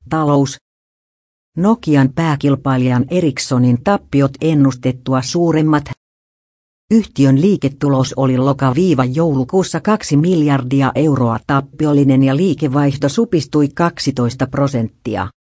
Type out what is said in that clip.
Talous. Nokian pääkilpailijan Ericssonin tappiot ennustettua suuremmat. Yhtiön liiketulos oli loka-joulukuussa 2 miljardia euroa tappiollinen ja liikevaihto supistui 12%.